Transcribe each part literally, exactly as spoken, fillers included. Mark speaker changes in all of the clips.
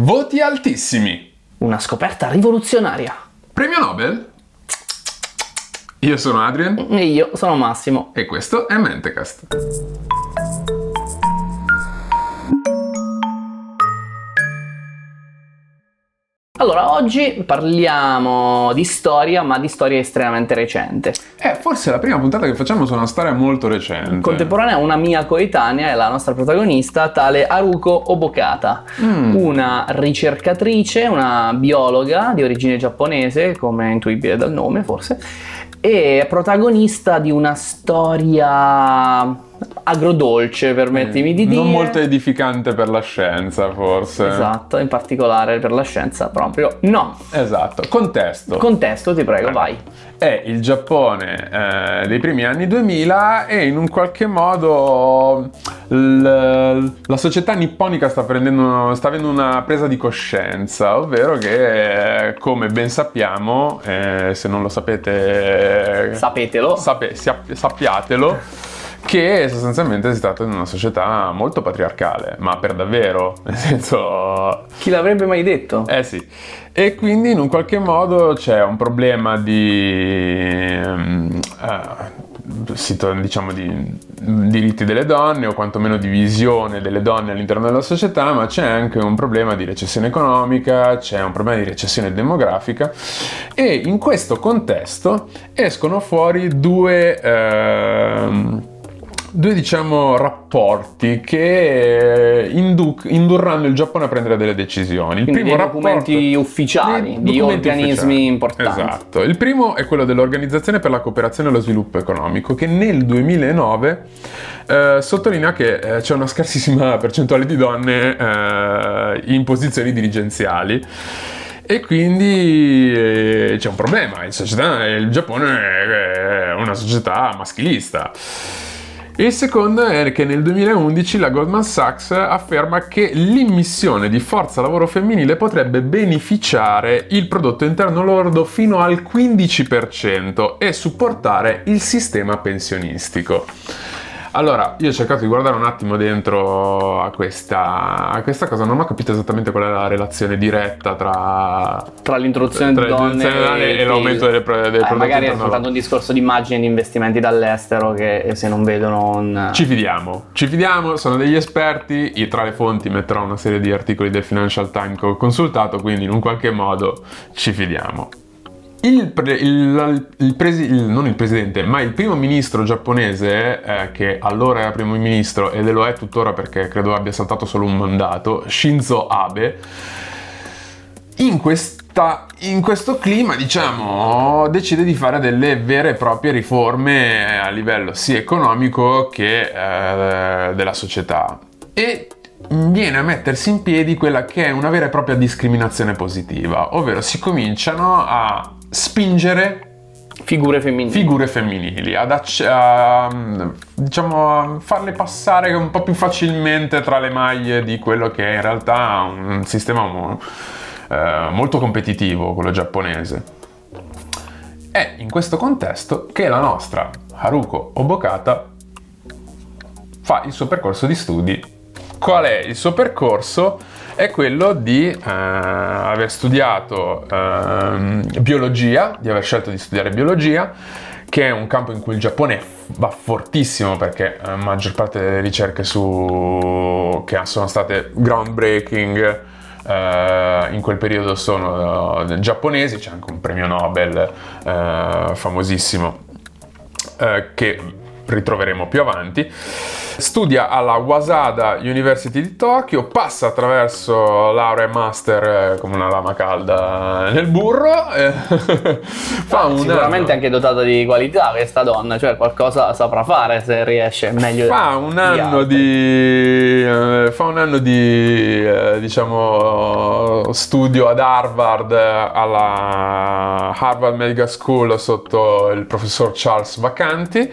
Speaker 1: Voti altissimi.
Speaker 2: Una scoperta rivoluzionaria.
Speaker 1: Premio Nobel? Io sono Adrian.
Speaker 2: E io sono Massimo.
Speaker 1: E questo è Mentecast.
Speaker 2: Allora, oggi parliamo di storia, ma di storia estremamente recente.
Speaker 1: Eh, forse la prima puntata che facciamo su una storia molto recente.
Speaker 2: Contemporanea, una mia coetanea è la nostra protagonista, tale Haruko Obokata, mm. una ricercatrice, una biologa di origine giapponese, come intuibile dal nome forse, e protagonista di una storia agrodolce, permettimi
Speaker 1: eh,
Speaker 2: di dire.
Speaker 1: Non molto edificante per la scienza, forse.
Speaker 2: Esatto, in particolare per la scienza proprio no.
Speaker 1: Esatto, contesto.
Speaker 2: Contesto, ti prego, eh. vai.
Speaker 1: È il Giappone eh, dei primi anni duemila e in un qualche modo l- la società nipponica sta prendendo, sta avendo una presa di coscienza, ovvero che eh, come ben sappiamo, eh, se non lo sapete,
Speaker 2: sapetelo,
Speaker 1: sape- sappiatelo, che sostanzialmente si tratta di una società molto patriarcale, ma per davvero, nel senso...
Speaker 2: Chi l'avrebbe mai detto?
Speaker 1: Eh sì, e quindi in un qualche modo c'è un problema di, uh, diciamo, di diritti delle donne, o quantomeno di visione delle donne all'interno della società, ma c'è anche un problema di recessione economica, c'è un problema di recessione demografica, e in questo contesto escono fuori due... Uh, Due, diciamo, rapporti che indu- indurranno il Giappone a prendere delle decisioni. Il
Speaker 2: Quindi
Speaker 1: primo
Speaker 2: dei documenti
Speaker 1: rapporto,
Speaker 2: ufficiali,
Speaker 1: dei
Speaker 2: di
Speaker 1: documenti
Speaker 2: organismi
Speaker 1: ufficiali.
Speaker 2: importanti.
Speaker 1: Esatto. Il primo è quello dell'Organizzazione per la cooperazione e lo sviluppo economico, che nel duemilanove eh, sottolinea che eh, c'è una scarsissima percentuale di donne eh, in posizioni dirigenziali. E quindi eh, c'è un problema. Il, società, il Giappone è una società maschilista. Il secondo è che nel duemilaundici la Goldman Sachs afferma che l'immissione di forza lavoro femminile potrebbe beneficiare il prodotto interno lordo fino al quindici per cento e supportare il sistema pensionistico. Allora, io ho cercato di guardare un attimo dentro a questa, a questa cosa, non ho capito esattamente qual è la relazione diretta tra,
Speaker 2: tra l'introduzione
Speaker 1: tra
Speaker 2: di donne
Speaker 1: e, e l'aumento del, del
Speaker 2: eh,
Speaker 1: prodotto
Speaker 2: magari è
Speaker 1: interno
Speaker 2: soltanto un discorso di immagini di investimenti dall'estero che se non vedono un...
Speaker 1: Ci fidiamo, ci fidiamo, sono degli esperti, io tra le fonti metterò una serie di articoli del Financial Times che ho consultato, quindi in un qualche modo ci fidiamo. Il, pre, il, il, presi, il non il presidente, ma il primo ministro giapponese, eh, che allora era primo ministro e lo è tuttora perché credo abbia saltato solo un mandato, Shinzo Abe, in, questa, in questo clima, diciamo, decide di fare delle vere e proprie riforme a livello sia economico che eh, della società. E viene a mettersi in piedi quella che è una vera e propria discriminazione positiva, ovvero si cominciano a spingere
Speaker 2: figure femminili,
Speaker 1: figure femminili ad acc- a, diciamo, a farle passare un po' più facilmente tra le maglie di quello che è in realtà un sistema mo- eh, molto competitivo, quello giapponese. È in questo contesto che la nostra Haruko Obokata fa il suo percorso di studi. Qual è il suo percorso? È quello di eh, aver studiato eh, biologia, di aver scelto di studiare biologia, che è un campo in cui il Giappone va fortissimo perché la eh, maggior parte delle ricerche su che sono state groundbreaking eh, in quel periodo sono eh, giapponesi. C'è anche un premio Nobel eh, famosissimo eh, che ritroveremo più avanti. Studia alla Waseda University di Tokyo, passa attraverso laurea e master eh, come una lama calda nel burro, eh, fa
Speaker 2: ah,
Speaker 1: un
Speaker 2: sicuramente
Speaker 1: anno,
Speaker 2: anche dotata di qualità questa donna, cioè qualcosa saprà fare se riesce meglio.
Speaker 1: Fa un anno di, eh, fa un anno di eh, diciamo studio ad Harvard, alla Harvard Medical School sotto il professor Charles Vacanti.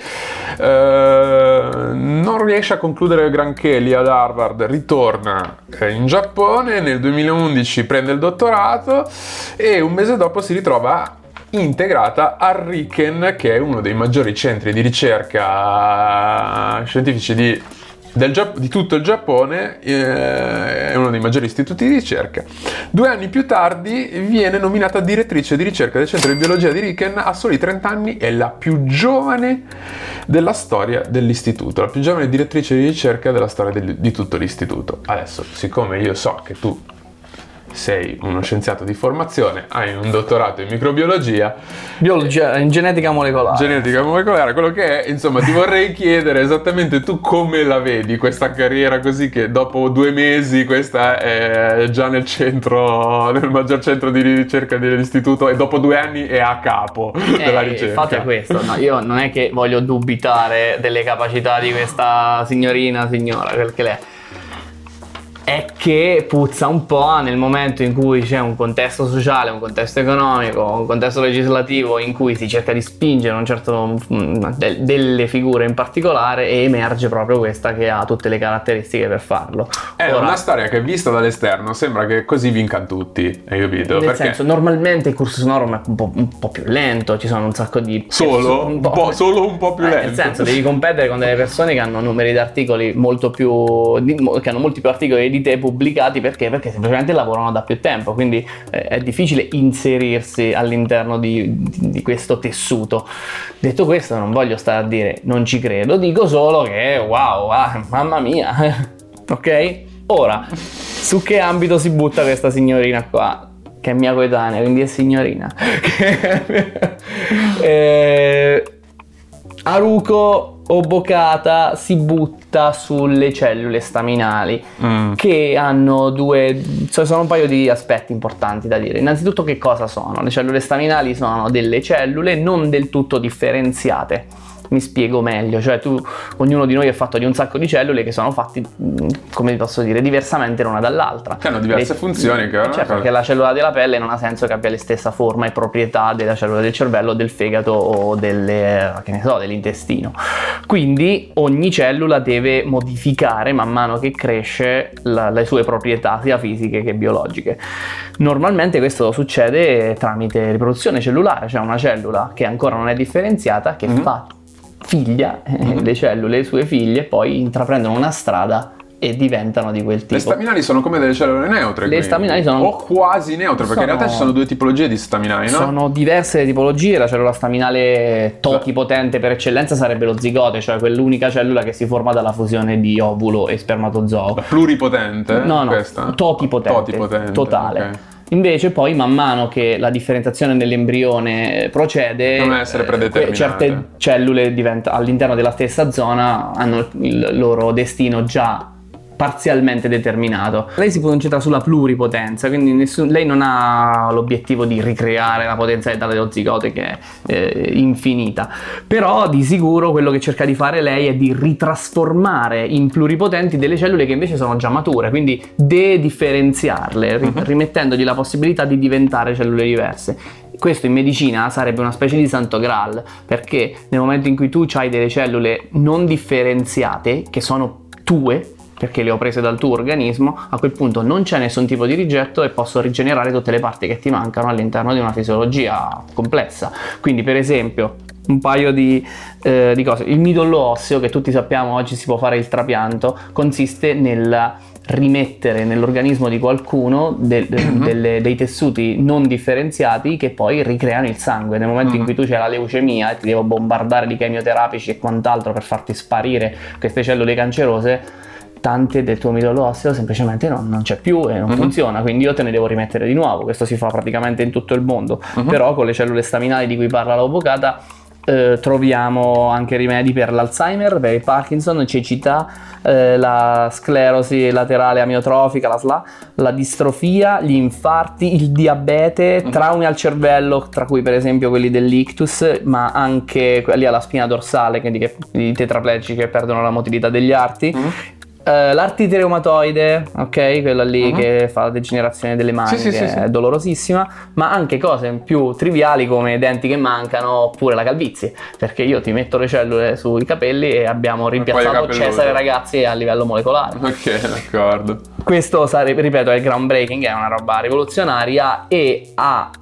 Speaker 1: Eh, non riesce a concludere granché lì ad Harvard, ritorna in Giappone, nel duemilaundici prende il dottorato e un mese dopo si ritrova integrata al RIKEN, che è uno dei maggiori centri di ricerca scientifici di del Gia- di tutto il Giappone, eh, è uno dei maggiori istituti di ricerca. Due anni più tardi viene nominata direttrice di ricerca del Centro di Biologia di Riken a soli trenta anni, è la più giovane della storia dell'istituto, la più giovane direttrice di ricerca della storia del- di tutto l'istituto. Adesso, siccome io so che tu sei uno scienziato di formazione, hai un dottorato in microbiologia,
Speaker 2: Biologia, in genetica molecolare.
Speaker 1: genetica molecolare, quello che è, insomma, ti vorrei chiedere esattamente tu come la vedi questa carriera, così che dopo due mesi questa è già nel centro, nel maggior centro di ricerca dell'istituto, e dopo due anni è a capo della
Speaker 2: Eh,
Speaker 1: ricerca.
Speaker 2: il fatto è questo, no, io non è che voglio dubitare delle capacità di questa signorina, signora, quel che lei è. È che puzza un po' nel momento in cui c'è un contesto sociale, un contesto economico, un contesto legislativo in cui si cerca di spingere un certo, de- delle figure in particolare, e emerge proprio questa che ha tutte le caratteristiche per farlo.
Speaker 1: È
Speaker 2: Ora,
Speaker 1: una storia che vista dall'esterno sembra che così vincano tutti, hai capito?
Speaker 2: nel
Speaker 1: Perché
Speaker 2: senso, normalmente il corso sonoro è un po', un po' più lento, ci sono un sacco di...
Speaker 1: solo un po', solo un po' più
Speaker 2: Eh,
Speaker 1: lento.
Speaker 2: nel senso, devi competere con delle persone che hanno numeri di articoli molto più di- che hanno molti più articoli di te pubblicati, perché? Perché semplicemente lavorano da più tempo, quindi eh, è difficile inserirsi all'interno di, di, di questo tessuto. Detto questo, non voglio stare a dire non ci credo, dico solo che wow, ah, mamma mia. Ok? Ora, su che ambito si butta questa signorina qua? Che è mia coetanea, quindi è signorina. eh, Haruko Obokata si butta sulle cellule staminali,
Speaker 1: Mm.
Speaker 2: che hanno due, cioè sono un paio di aspetti importanti da dire. Innanzitutto, che cosa sono? Le cellule staminali sono delle cellule non del tutto differenziate. Mi spiego meglio, cioè tu, ognuno di noi è fatto di un sacco di cellule che sono fatti, mh, come posso dire, diversamente l'una dall'altra.
Speaker 1: Che hanno diverse
Speaker 2: Le-
Speaker 1: funzioni, che è una
Speaker 2: Certo,
Speaker 1: cosa-
Speaker 2: perché la cellula della pelle non ha senso che abbia le stessa forma e proprietà della cellula del cervello, del fegato o delle, che ne so, dell'intestino. Quindi ogni cellula deve modificare man mano che cresce la- le sue proprietà sia fisiche che biologiche. Normalmente questo succede tramite riproduzione cellulare, cioè una cellula che ancora non è differenziata, che
Speaker 1: Mhm.
Speaker 2: fa figlia, eh,
Speaker 1: Mhm.
Speaker 2: le cellule, le sue figlie, poi intraprendono una strada e diventano di quel tipo.
Speaker 1: Le staminali sono come delle cellule neutre.
Speaker 2: Le
Speaker 1: quindi.
Speaker 2: staminali sono-
Speaker 1: o quasi neutre, perché in
Speaker 2: sono-
Speaker 1: realtà ci sono due tipologie di staminali, no?
Speaker 2: Sono diverse le tipologie. La cellula staminale totipotente per eccellenza sarebbe lo zigote, cioè quell'unica cellula che si forma dalla fusione di ovulo e spermatozoo.
Speaker 1: La pluripotente?
Speaker 2: No, no,
Speaker 1: questa?
Speaker 2: totipotente,
Speaker 1: Totipotente,
Speaker 2: totale.
Speaker 1: ok.
Speaker 2: Invece poi man mano che la differenziazione dell'embrione procede,
Speaker 1: Devono essere
Speaker 2: eh,
Speaker 1: predeterminate.
Speaker 2: certe cellule diventa- all'interno della stessa zona hanno il loro destino già parzialmente determinato. Lei si concentra sulla pluripotenza, quindi nessun- lei non ha l'obiettivo di ricreare la potenza letale dello zigote, che è eh, infinita, però di sicuro quello che cerca di fare lei è di ritrasformare in pluripotenti delle cellule che invece sono già mature, quindi de-differenziarle, ri-
Speaker 1: Mhm.
Speaker 2: rimettendogli la possibilità di diventare cellule diverse. Questo in medicina sarebbe una specie di santo graal, perché nel momento in cui tu hai delle cellule non differenziate, che sono tue, perché le ho prese dal tuo organismo, a quel punto non c'è nessun tipo di rigetto e posso rigenerare tutte le parti che ti mancano all'interno di una fisiologia complessa. Quindi, per esempio, un paio di, eh, di cose. Il midollo osseo, che tutti sappiamo oggi si può fare il trapianto, consiste nel rimettere nell'organismo di qualcuno del- delle- dei tessuti non differenziati che poi ricreano il sangue. Nel momento in cui tu c'hai la leucemia e ti devo bombardare di chemioterapici e quant'altro per farti sparire queste cellule cancerose, tante del tuo midollo osseo semplicemente non, non c'è più e non
Speaker 1: Mhm.
Speaker 2: funziona, quindi io te ne devo rimettere di nuovo. Questo si fa praticamente in tutto il mondo,
Speaker 1: Mhm.
Speaker 2: però con le cellule staminali di cui parla l'Obokata eh, troviamo anche rimedi per l'Alzheimer, per il Parkinson, cecità, eh, la sclerosi laterale amiotrofica, la S L A, la distrofia, gli infarti, il diabete,
Speaker 1: Mhm.
Speaker 2: traumi al cervello, tra cui per esempio quelli dell'ictus, ma anche quelli alla spina dorsale, quindi che, i tetraplegici che perdono la motilità degli arti.
Speaker 1: Mhm.
Speaker 2: Eh, l'artrite reumatoide, ok, quella lì
Speaker 1: Mhm.
Speaker 2: che fa la degenerazione delle mani,
Speaker 1: Sì, sì,
Speaker 2: che
Speaker 1: sì, sì.
Speaker 2: è dolorosissima, ma anche cose più triviali come i denti che mancano oppure la calvizie, perché io ti metto le cellule sui capelli e abbiamo
Speaker 1: poi
Speaker 2: rimpiazzato
Speaker 1: è capelluto.
Speaker 2: Cesare Ragazzi a livello molecolare.
Speaker 1: Ok, d'accordo.
Speaker 2: Questo sarebbe, ripeto, è groundbreaking, è una roba rivoluzionaria e ha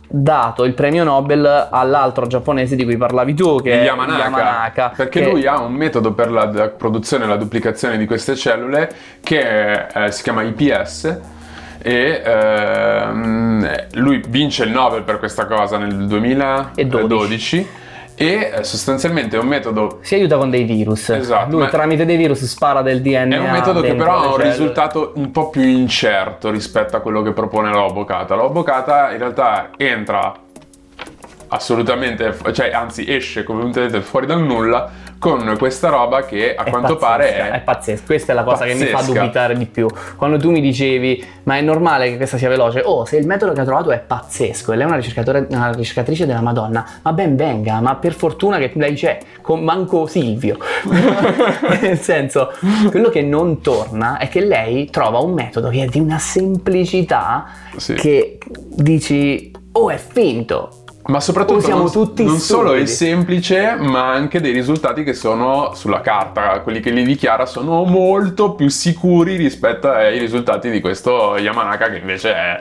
Speaker 2: dato il premio Nobel all'altro giapponese di cui parlavi tu, che
Speaker 1: Yamanaka,
Speaker 2: è Yamanaka,
Speaker 1: perché
Speaker 2: che...
Speaker 1: lui ha un metodo per la, la produzione e la duplicazione di queste cellule che eh, si chiama I P S, e ehm, lui vince il Nobel per questa cosa nel duemiladodici e sostanzialmente è un metodo,
Speaker 2: si aiuta con dei virus.
Speaker 1: Esatto,
Speaker 2: lui tramite dei virus spara del D N A.
Speaker 1: È un metodo che però ha un
Speaker 2: cellule.
Speaker 1: risultato un po' più incerto rispetto a quello che propone l'Obokata. L'Obokata in realtà entra assolutamente, cioè anzi esce completamente fuori dal nulla con questa roba che a
Speaker 2: è
Speaker 1: quanto
Speaker 2: pazzesca,
Speaker 1: pare è,
Speaker 2: è pazzesca. Questa è la cosa
Speaker 1: pazzesca.
Speaker 2: che mi fa dubitare di più. Quando tu mi dicevi ma è normale che questa sia veloce, oh, se il metodo che ha trovato è pazzesco e lei è una ricercatore, una ricercatrice della Madonna, ma ben venga, ma per fortuna che lei c'è, con manco Silvio. Nel senso, quello che non torna è che lei trova un metodo che è di una semplicità, sì, che dici oh, è finto.
Speaker 1: Ma soprattutto
Speaker 2: siamo
Speaker 1: non,
Speaker 2: tutti
Speaker 1: non solo è
Speaker 2: stupidi.
Speaker 1: semplice, ma anche dei risultati che sono sulla carta, quelli che li dichiara sono molto più sicuri rispetto ai risultati di questo Yamanaka, che invece è...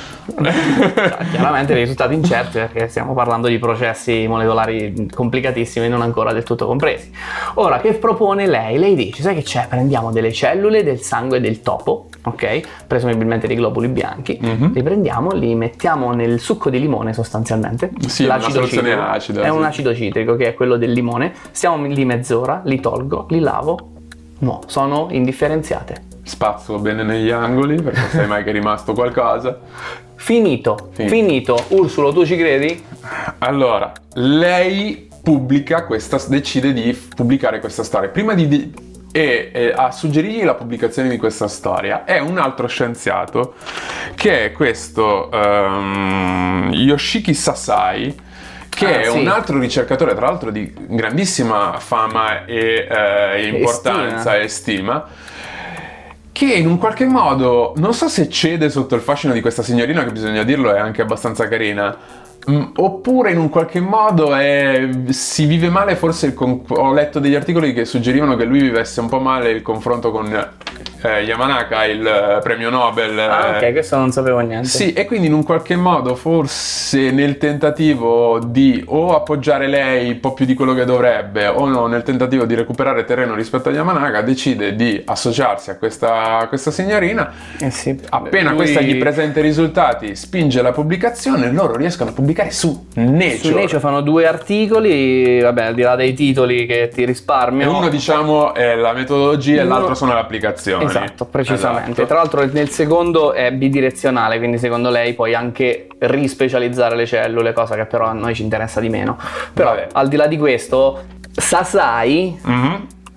Speaker 2: chiaramente dei risultati incerti, perché stiamo parlando di processi molecolari complicatissimi e non ancora del tutto compresi. Ora, che propone lei? Lei dice, sai che c'è? Prendiamo delle cellule del sangue del topo, ok? Presumibilmente dei globuli bianchi, mm-hmm. li prendiamo, li mettiamo nel succo di limone sostanzialmente.
Speaker 1: Sì, l'acido una soluzione citrico, acida.
Speaker 2: È
Speaker 1: sì.
Speaker 2: un acido citrico che è quello del limone. Stiamo lì mezz'ora, li tolgo, li lavo. No, sono indifferenziate.
Speaker 1: Spazzo bene negli angoli, perché sai mai che è rimasto qualcosa.
Speaker 2: Finito, finito, finito. Ursulo, tu ci credi?
Speaker 1: Allora, lei pubblica questa, decide di pubblicare questa storia. Prima di, di e, e a suggerirgli la pubblicazione di questa storia è un altro scienziato, che è questo um, Yoshiki Sasai, che ah, è sì. un altro ricercatore, tra l'altro di grandissima fama e eh, importanza e stima, che in un qualche modo, non so se cede sotto il fascino di questa signorina, che bisogna dirlo è anche abbastanza carina, mh, oppure in un qualche modo è, si vive male forse il con- ho letto degli articoli che suggerivano che lui vivesse un po' male il confronto con eh, Yamanaka, il eh, premio Nobel.
Speaker 2: Ah, ok, questo non sapevo niente.
Speaker 1: Sì, e quindi in un qualche modo forse nel tentativo di o appoggiare lei un po' più di quello che dovrebbe, o no, nel tentativo di recuperare terreno rispetto a Yamanaka, decide di associarsi a questa, a questa signorina.
Speaker 2: Eh sì,
Speaker 1: appena
Speaker 2: lui...
Speaker 1: questa gli presenta i risultati, spinge la pubblicazione, loro riescono a pubblicare su Nature.
Speaker 2: Su Nature fanno due articoli, vabbè, al di là dei titoli che ti risparmio.
Speaker 1: E uno, diciamo, è la metodologia, uno... e l'altro sono le applicazioni.
Speaker 2: Esatto, precisamente.
Speaker 1: Esatto.
Speaker 2: Tra l'altro nel secondo è bidirezionale, quindi secondo lei puoi anche rispecializzare le cellule, cosa che però a noi ci interessa di meno. Però vabbè, al di là di questo, Sasai mm-hmm.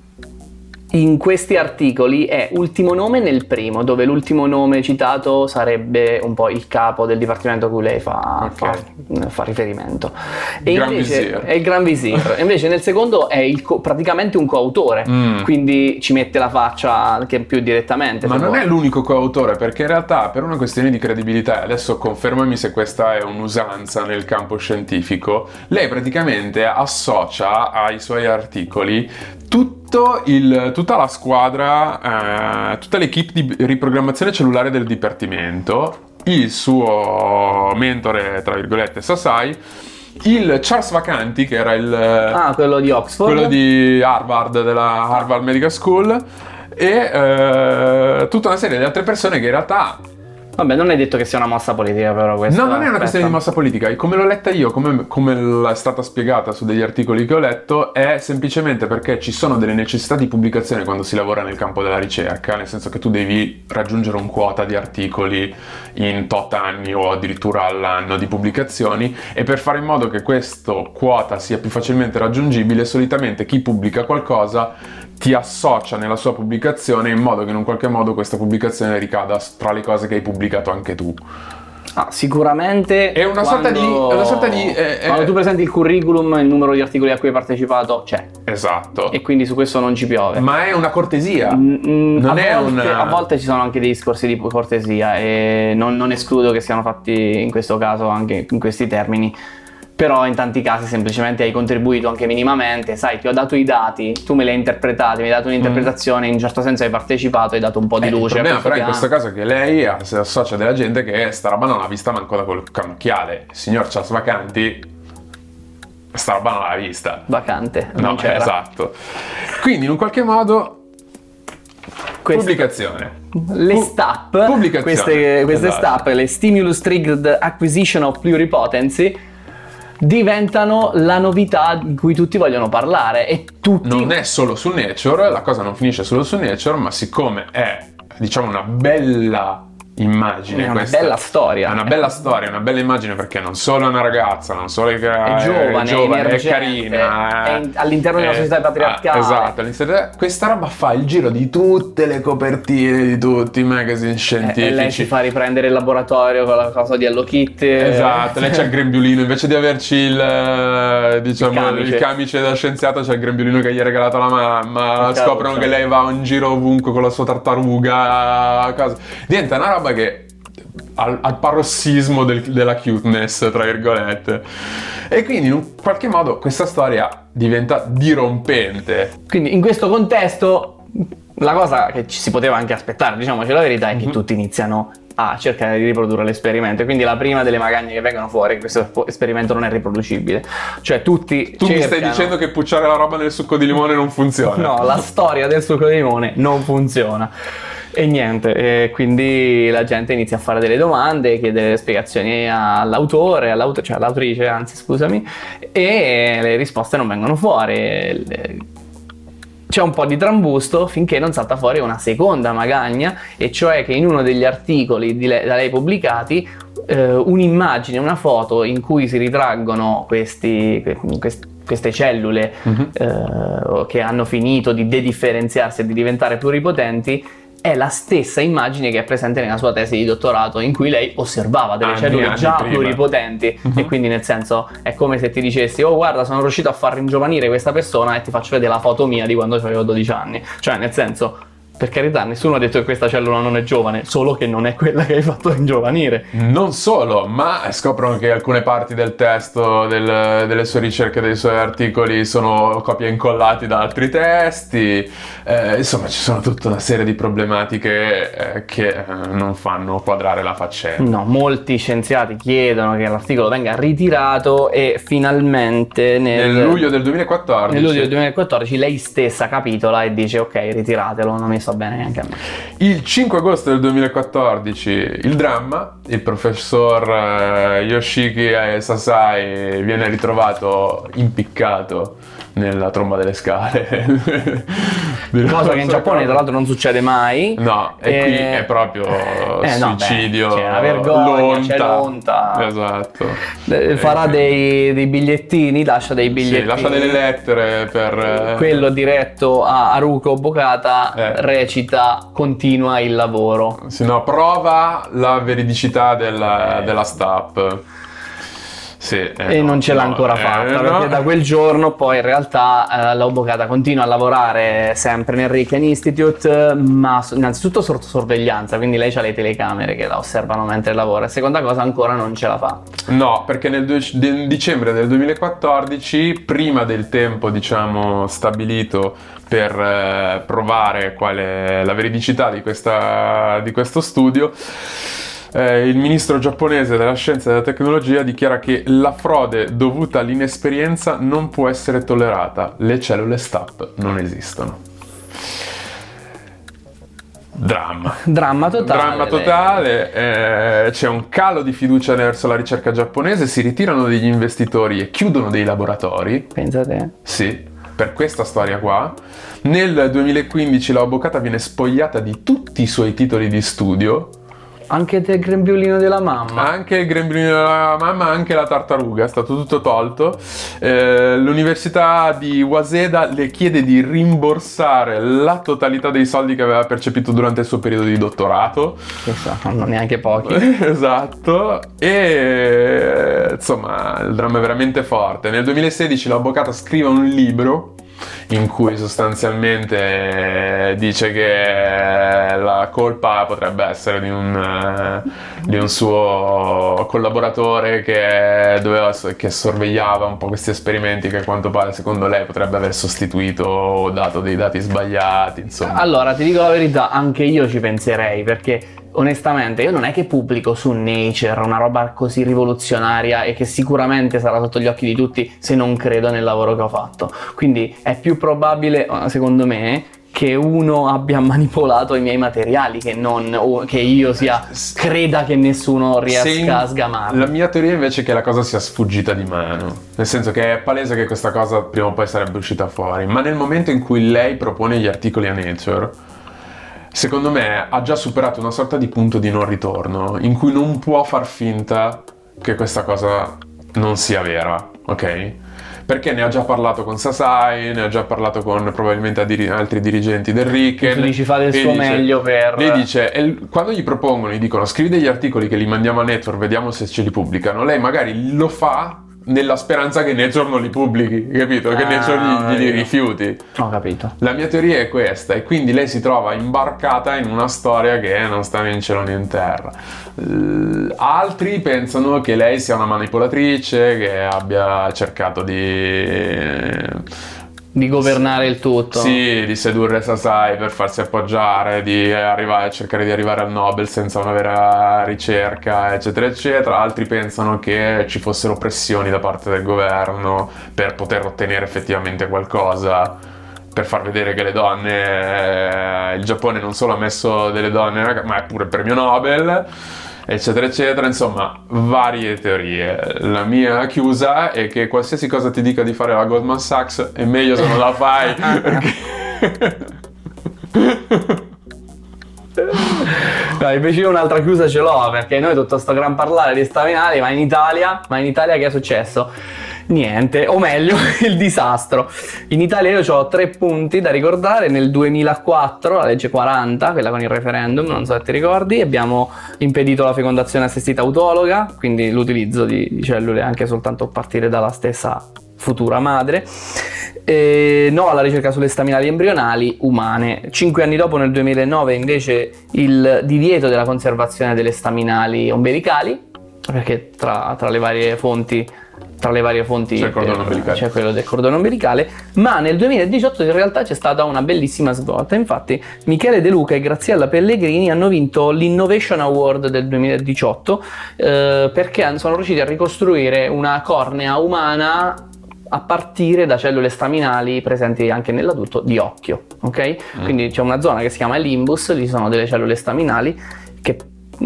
Speaker 2: in questi articoli è ultimo nome nel primo, dove l'ultimo nome citato sarebbe un po' il capo del dipartimento a cui lei fa, okay. fa, fa riferimento. E
Speaker 1: Gran
Speaker 2: invece
Speaker 1: Visir.
Speaker 2: è il Gran Visir. Invece nel secondo è il co- praticamente un coautore, mm. quindi ci mette la faccia che più direttamente.
Speaker 1: Ma non
Speaker 2: vuoi.
Speaker 1: È l'unico coautore, perché in realtà per una questione di credibilità, adesso confermami se questa è un'usanza nel campo scientifico, lei praticamente associa ai suoi articoli tutto il, tutta la squadra, eh, tutta l'equipe di riprogrammazione cellulare del dipartimento, il suo mentore, tra virgolette, Sasai, il Charles Vacanti, che era il...
Speaker 2: Ah, quello di Oxford.
Speaker 1: Quello di Harvard, della Harvard Medical School, e eh, tutta una serie di altre persone che in realtà...
Speaker 2: Vabbè, non è detto che sia una mossa politica, però questa.
Speaker 1: No, non è una questione di mossa politica. Come l'ho letta io, come, come è stata spiegata su degli articoli che ho letto, è semplicemente perché ci sono delle necessità di pubblicazione quando si lavora nel campo della ricerca, nel senso che tu devi raggiungere un quota di articoli in tot anni o addirittura all'anno di pubblicazioni, e per fare in modo che questo quota sia più facilmente raggiungibile, solitamente chi pubblica qualcosa ti associa nella sua pubblicazione in modo che in un qualche modo questa pubblicazione ricada tra le cose che hai pubblicato anche tu.
Speaker 2: Ah, sicuramente
Speaker 1: è una
Speaker 2: quando...
Speaker 1: sorta di, è una sorta di eh,
Speaker 2: quando
Speaker 1: eh...
Speaker 2: tu presenti il curriculum, il numero di articoli a cui hai partecipato c'è.
Speaker 1: Esatto.
Speaker 2: E quindi su questo non ci piove.
Speaker 1: Ma è una cortesia.
Speaker 2: Mm,
Speaker 1: non
Speaker 2: a,
Speaker 1: è
Speaker 2: volte,
Speaker 1: una...
Speaker 2: a volte ci sono anche dei discorsi di cortesia e non, non escludo che siano fatti in questo caso anche in questi termini. però in tanti casi semplicemente hai contribuito anche minimamente, sai, ti ho dato i dati, tu me li hai interpretati, mi hai dato un'interpretazione, in un certo senso hai partecipato, hai dato un po' di
Speaker 1: Eh,
Speaker 2: luce.
Speaker 1: il problema
Speaker 2: a
Speaker 1: però in
Speaker 2: piano.
Speaker 1: questo caso è che lei ha- si associa della gente che sta roba non l'ha vista manco da col cannocchiale. Il signor Charles Vacanti sta roba non l'ha vista.
Speaker 2: Vacante, non
Speaker 1: No,
Speaker 2: c'era.
Speaker 1: esatto. Quindi in un qualche modo
Speaker 2: Questo-
Speaker 1: pubblicazione.
Speaker 2: Le
Speaker 1: Pu-
Speaker 2: STAP,
Speaker 1: pubblicazione,
Speaker 2: queste, queste
Speaker 1: esatto.
Speaker 2: STAP, le Stimulus Triggered Acquisition of Pluripotency, diventano la novità di cui tutti vogliono parlare e tutti...
Speaker 1: Non è solo su Nature, la cosa non finisce solo su Nature, ma siccome è, diciamo, una bella immagine,
Speaker 2: È una
Speaker 1: questa,
Speaker 2: bella storia.
Speaker 1: è una bella storia, una bella immagine, perché non solo è una ragazza, non solo è,
Speaker 2: È giovane, è
Speaker 1: è
Speaker 2: emergente,
Speaker 1: carina,
Speaker 2: è in- all'interno di una società patriarcale.
Speaker 1: ah, esatto, all'interno- questa roba fa il giro di tutte le copertine, di tutti i magazine
Speaker 2: E
Speaker 1: scientifici.
Speaker 2: e lei si fa riprendere il laboratorio con la cosa di Hello Kitty.
Speaker 1: Esatto, lei c'ha il grembiulino, invece di averci il, eh, diciamo,
Speaker 2: Il camice.
Speaker 1: il camice da scienziato, c'è il grembiulino che gli ha regalato la mamma.
Speaker 2: Che
Speaker 1: Scoprono
Speaker 2: cavolo,
Speaker 1: che
Speaker 2: cioè.
Speaker 1: lei va in giro ovunque con la sua tartaruga. Cosa. Diventa una roba che al, al parossismo del- della cuteness, tra virgolette. E quindi in un qualche modo questa storia diventa dirompente.
Speaker 2: Quindi in questo contesto la cosa che ci si poteva anche aspettare, diciamoci la verità, è che
Speaker 1: Mhm.
Speaker 2: tutti iniziano a cercare di riprodurre l'esperimento. Quindi la prima delle magagne che vengono fuori è che questo esperimento non è riproducibile. Cioè tutti
Speaker 1: Tu mi stai
Speaker 2: cercano-
Speaker 1: dicendo che pucciare la roba nel succo di limone non funziona?
Speaker 2: No, la storia del succo di limone non funziona. E niente, e quindi la gente inizia a fare delle domande, chiedere spiegazioni all'autore, all'auto- cioè all'autrice, anzi scusami, e le risposte non vengono fuori. Le- C'è un po' di trambusto finché non salta fuori una seconda magagna, e cioè che in uno degli articoli di le- da lei pubblicati eh, un'immagine, una foto in cui si ritraggono questi, que- quest- queste cellule
Speaker 1: Mhm.
Speaker 2: eh, che hanno finito di dedifferenziarsi e di diventare pluripotenti, è la stessa immagine che è presente nella sua tesi di dottorato, in cui lei osservava delle
Speaker 1: Anni,
Speaker 2: cellule
Speaker 1: anni
Speaker 2: già
Speaker 1: prima.
Speaker 2: pluripotenti.
Speaker 1: Mhm.
Speaker 2: E quindi, nel senso, è come se ti dicessi: oh guarda, sono riuscito a far ringiovanire questa persona, e ti faccio vedere la foto mia di quando avevo dodici anni. Cioè, nel senso, per carità, nessuno ha detto che questa cellula non è giovane, solo che non è quella che hai fatto ringiovanire.
Speaker 1: Non solo, ma scoprono che alcune parti del testo, del- delle sue ricerche, dei suoi articoli sono copia e incollati da altri testi. Eh, insomma, ci sono tutta una serie di problematiche eh, che eh, non fanno quadrare la faccenda.
Speaker 2: No, molti scienziati chiedono che l'articolo venga ritirato, e finalmente nel,
Speaker 1: Nel luglio del duemilaquattordici,
Speaker 2: nel luglio del duemilaquattordici lei stessa capitola e dice: ok, ritiratelo, non mi sta bene neanche a me.
Speaker 1: il cinque agosto del duemilaquattordici, il dramma, il professor eh, Yoshiki Sasai viene ritrovato impiccato nella tromba delle scale.
Speaker 2: Cosa che in Giappone tra l'altro non succede mai.
Speaker 1: No, e
Speaker 2: Eh,
Speaker 1: qui è proprio
Speaker 2: eh, no,
Speaker 1: suicidio.
Speaker 2: beh, c'è la vergogna, c'è
Speaker 1: l'onta.
Speaker 2: l'onta.
Speaker 1: Esatto.
Speaker 2: Eh, Farà
Speaker 1: Eh,
Speaker 2: dei, dei bigliettini, lascia dei bigliettini.
Speaker 1: Sì, lascia delle lettere per... eh,
Speaker 2: Quello diretto a Haruko Obokata
Speaker 1: Eh.
Speaker 2: recita: continua il lavoro.
Speaker 1: Sì, no, prova la veridicità della,
Speaker 2: Eh.
Speaker 1: della STAP. Sì, eh,
Speaker 2: E
Speaker 1: no,
Speaker 2: non ce l'ha
Speaker 1: no,
Speaker 2: ancora
Speaker 1: eh,
Speaker 2: fatta,
Speaker 1: no.
Speaker 2: perché da quel giorno poi in realtà eh, la Obokata continua a lavorare sempre nel Riken Institute, ma so- innanzitutto sotto sorveglianza, quindi lei ha le telecamere che la osservano mentre lavora, e seconda cosa ancora non ce la fa.
Speaker 1: No, perché nel, due- nel dicembre del duemilaquattordici, prima del tempo, diciamo, stabilito per eh, provare qual è la veridicità di, questa, di questo studio, eh, il ministro giapponese della scienza e della tecnologia dichiara che la frode dovuta all'inesperienza non può essere tollerata. Le cellule STAP non esistono. Dramma.
Speaker 2: Dramma totale.
Speaker 1: Dramma totale, eh, c'è un calo di fiducia verso la ricerca giapponese, si ritirano degli investitori e chiudono dei laboratori.
Speaker 2: Pensate.
Speaker 1: Sì, per questa storia qua. Nel duemilaquindici la Obokata viene spogliata di tutti i suoi titoli di studio,
Speaker 2: Anche del grembiulino della mamma.
Speaker 1: anche il grembiulino della mamma, anche la tartaruga, è stato tutto tolto. Eh, l'università di Waseda le chiede di rimborsare la totalità dei soldi che aveva percepito durante il suo periodo di dottorato.
Speaker 2: Questa non neanche pochi.
Speaker 1: Esatto, e insomma il dramma è veramente forte. Nel duemilasedici l'avvocata scrive un libro in cui sostanzialmente dice che la colpa potrebbe essere di un, di un suo collaboratore che, doveva, che sorvegliava un po' questi esperimenti, che a quanto pare secondo lei potrebbe aver sostituito o dato dei dati sbagliati, insomma.
Speaker 2: Allora, ti dico la verità, anche io ci penserei, perché onestamente io non è che pubblico su Nature una roba così rivoluzionaria e che sicuramente sarà sotto gli occhi di tutti se non credo nel lavoro che ho fatto. Quindi è più probabile, secondo me, che uno abbia manipolato i miei materiali, che non o che io sia creda che nessuno riesca
Speaker 1: Sì,
Speaker 2: a sgamarlo.
Speaker 1: La mia teoria invece è che la cosa sia sfuggita di mano, nel senso che è palese che questa cosa prima o poi sarebbe uscita fuori, ma nel momento in cui lei propone gli articoli a Nature, secondo me ha già superato una sorta di punto di non ritorno in cui non può far finta che questa cosa non sia vera, ok? Perché ne ha già parlato con Sasai, ne ha già parlato con probabilmente altri dirigenti del Riken.
Speaker 2: Quindi ci fa del suo
Speaker 1: dice,
Speaker 2: meglio per...
Speaker 1: Lei dice, e quando gli propongono, gli dicono scrivi degli articoli che li mandiamo a Nature, vediamo se ce li pubblicano, lei magari lo fa nella speranza che Nature non li pubblichi, capito? Che
Speaker 2: Ah,
Speaker 1: Nature gli, gli rifiuti.
Speaker 2: Ho capito.
Speaker 1: La mia teoria è questa, e quindi lei si trova imbarcata in una storia che non sta né in cielo né in terra. Uh, altri pensano che lei sia una manipolatrice, che abbia cercato di...
Speaker 2: Di governare il tutto.
Speaker 1: Sì, di sedurre Sasai per farsi appoggiare, di arrivare, cercare di arrivare al Nobel senza una vera ricerca, eccetera, eccetera. Altri pensano che ci fossero pressioni da parte del governo per poter ottenere effettivamente qualcosa, per far vedere che le donne, eh, il Giappone non solo ha messo delle donne, ma è pure il premio Nobel, eccetera eccetera. Insomma, varie teorie. La mia chiusa è che qualsiasi cosa ti dica di fare la Goldman Sachs è meglio se non la fai, perché...
Speaker 2: No, invece io un'altra chiusa ce l'ho, perché noi tutto sto gran parlare di staminali, ma in Italia, ma in Italia che è successo? Niente, o meglio, il disastro. In Italia io ho tre punti da ricordare. Nel duemilaquattro, la legge quaranta, quella con il referendum, non so se ti ricordi, abbiamo impedito la fecondazione assistita autologa, quindi l'utilizzo di, di cellule anche soltanto a partire dalla stessa futura madre. E no alla ricerca sulle staminali embrionali umane. Cinque anni dopo, nel duemilanove, invece, il divieto della conservazione delle staminali ombelicali, perché tra, tra le varie fonti tra le varie fonti
Speaker 1: c'è il cordone ombelicale.
Speaker 2: C'è quello del cordone ombelicale, ma nel duemiladiciotto in realtà c'è stata una bellissima svolta. Infatti Michele De Luca e Graziella Pellegrini hanno vinto l'Innovation Award del duemiladiciotto eh, perché sono riusciti a ricostruire una cornea umana a partire da cellule staminali presenti anche nell'adulto di occhio, ok? Mm. Quindi c'è una zona che si chiama limbus, lì sono delle cellule staminali che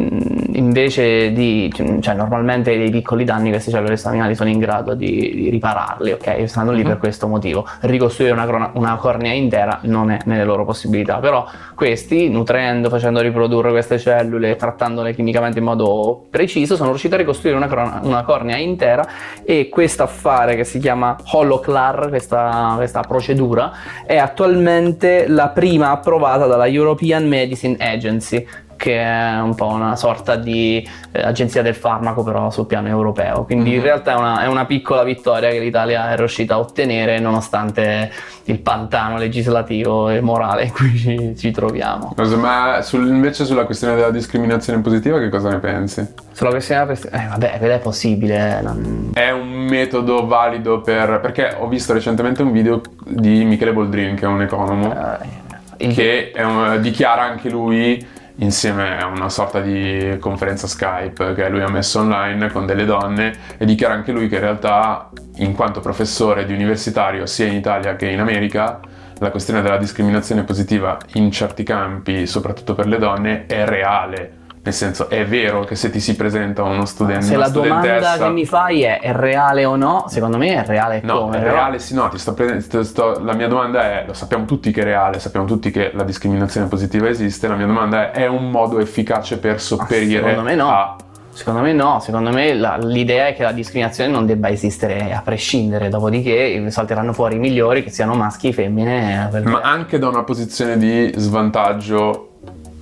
Speaker 2: invece di, cioè normalmente dei piccoli danni queste cellule staminali sono in grado di, di ripararli, ok? Stanno lì uh-huh. per questo motivo. Ricostruire una, crona, una cornea intera non è nelle loro possibilità, però questi, nutrendo, facendo riprodurre queste cellule, trattandole chimicamente in modo preciso, sono riusciti a ricostruire una, crona, una cornea intera. E questo affare che si chiama Holoclar, questa, questa procedura, è attualmente la prima approvata dalla European Medicine Agency, che è un po' una sorta di eh, agenzia del farmaco però sul piano europeo, quindi mm-hmm. in realtà è una, è una piccola vittoria che l'Italia è riuscita a ottenere nonostante il pantano legislativo e morale in cui ci, ci troviamo.
Speaker 1: Ma sul, invece sulla questione della discriminazione positiva che cosa ne pensi?
Speaker 2: Sulla questione della eh vabbè, è possibile, non...
Speaker 1: È un metodo valido per... perché ho visto recentemente un video di Michele Boldrin, che è un economo, uh, il... che è un, dichiara anche lui, insieme a una sorta di conferenza Skype che lui ha messo online con delle donne, e dichiara anche lui che in realtà, in quanto professore di universitario sia in Italia che in America, la questione della discriminazione positiva in certi campi, soprattutto per le donne, è reale. Nel senso, è vero che se ti si presenta uno studente,
Speaker 2: se
Speaker 1: una
Speaker 2: la domanda che mi fai è è reale o no, secondo me è reale.
Speaker 1: No,
Speaker 2: come,
Speaker 1: è
Speaker 2: però...
Speaker 1: reale, sì, no, ti sto prendendo, sto, la mia domanda è, lo sappiamo tutti che è reale, sappiamo tutti che la discriminazione positiva esiste, la mia domanda è, è un modo efficace per sopperire
Speaker 2: secondo me no.
Speaker 1: a...
Speaker 2: Secondo me no, secondo me la, l'idea è che la discriminazione non debba esistere a prescindere, dopodiché salteranno fuori i migliori, che siano maschi, femmine. Per...
Speaker 1: Ma anche da una posizione di svantaggio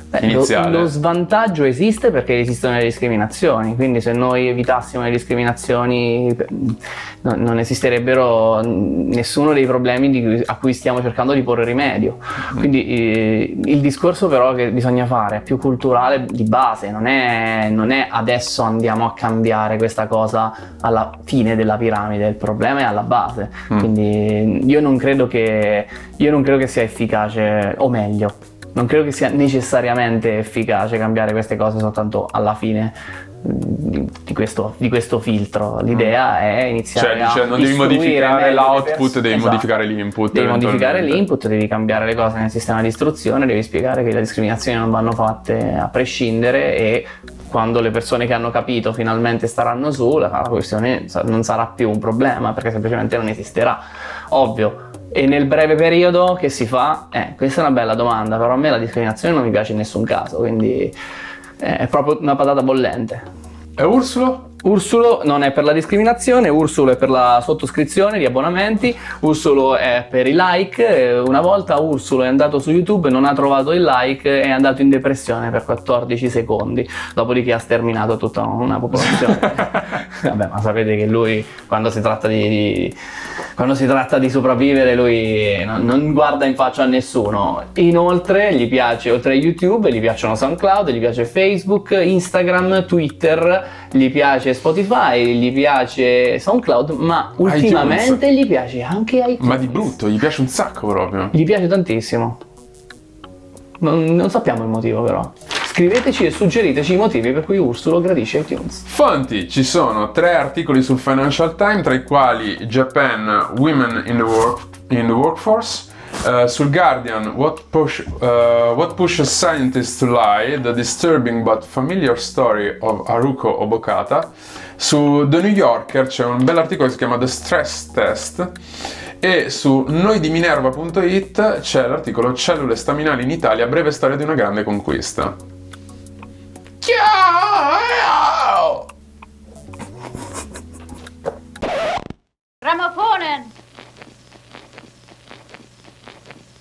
Speaker 2: Beh,
Speaker 1: iniziale.
Speaker 2: Lo, lo svantaggio esiste perché esistono le discriminazioni, quindi se noi evitassimo le discriminazioni no, non esisterebbero nessuno dei problemi di cui, a cui stiamo cercando di porre rimedio. Quindi eh, il discorso però che bisogna fare è più culturale di base, non è, non è adesso andiamo a cambiare questa cosa alla fine della piramide, il problema è alla base. Mm. Quindi io non credo che, io non credo che sia efficace, o meglio, non credo che sia necessariamente efficace cambiare queste cose soltanto alla fine di questo, di questo filtro. L'idea mm. è iniziare
Speaker 1: cioè, cioè,
Speaker 2: a
Speaker 1: non devi modificare l'output, devi
Speaker 2: esatto.
Speaker 1: modificare l'input.
Speaker 2: Devi modificare l'input, devi cambiare le cose nel sistema di istruzione, devi spiegare che le discriminazioni non vanno fatte a prescindere e quando le persone che hanno capito finalmente staranno su, la, la questione non sarà più un problema perché semplicemente non esisterà. Ovvio. E nel breve periodo che si fa? Eh, questa è una bella domanda, però a me la discriminazione non mi piace in nessun caso, quindi eh, è proprio una patata bollente.
Speaker 1: E Ursulo?
Speaker 2: Ursulo non è per la discriminazione, Ursulo è per la sottoscrizione di abbonamenti, Ursulo è per i like. Una volta Ursulo è andato su YouTube, non ha trovato il like, è andato in depressione per quattordici secondi, dopodiché ha sterminato tutta una popolazione. Vabbè, ma sapete che lui quando si tratta di, di quando si tratta di sopravvivere lui non, non guarda in faccia a nessuno. Inoltre gli piace, oltre a YouTube, gli piacciono SoundCloud, gli piace Facebook, Instagram, Twitter, gli piace Spotify, gli piace SoundCloud, ma ultimamente iTunes. Gli piace anche iTunes.
Speaker 1: Ma di brutto, gli piace un sacco proprio.
Speaker 2: Gli piace tantissimo. Non, non sappiamo il motivo però. Scriveteci e suggeriteci i motivi per cui Ursulo gradisce iTunes.
Speaker 1: Fonti: ci sono tre articoli sul Financial Times, tra i quali Japan Women in the, work, in the Workforce. Uh, sul Guardian, what, push, uh, what pushes scientists to lie, the disturbing but familiar story of Haruko Obokata. Su The New Yorker c'è un bell'articolo che si chiama The Stress Test, e su noidiminerva punto it c'è l'articolo Cellule staminali in Italia, breve storia di una grande conquista.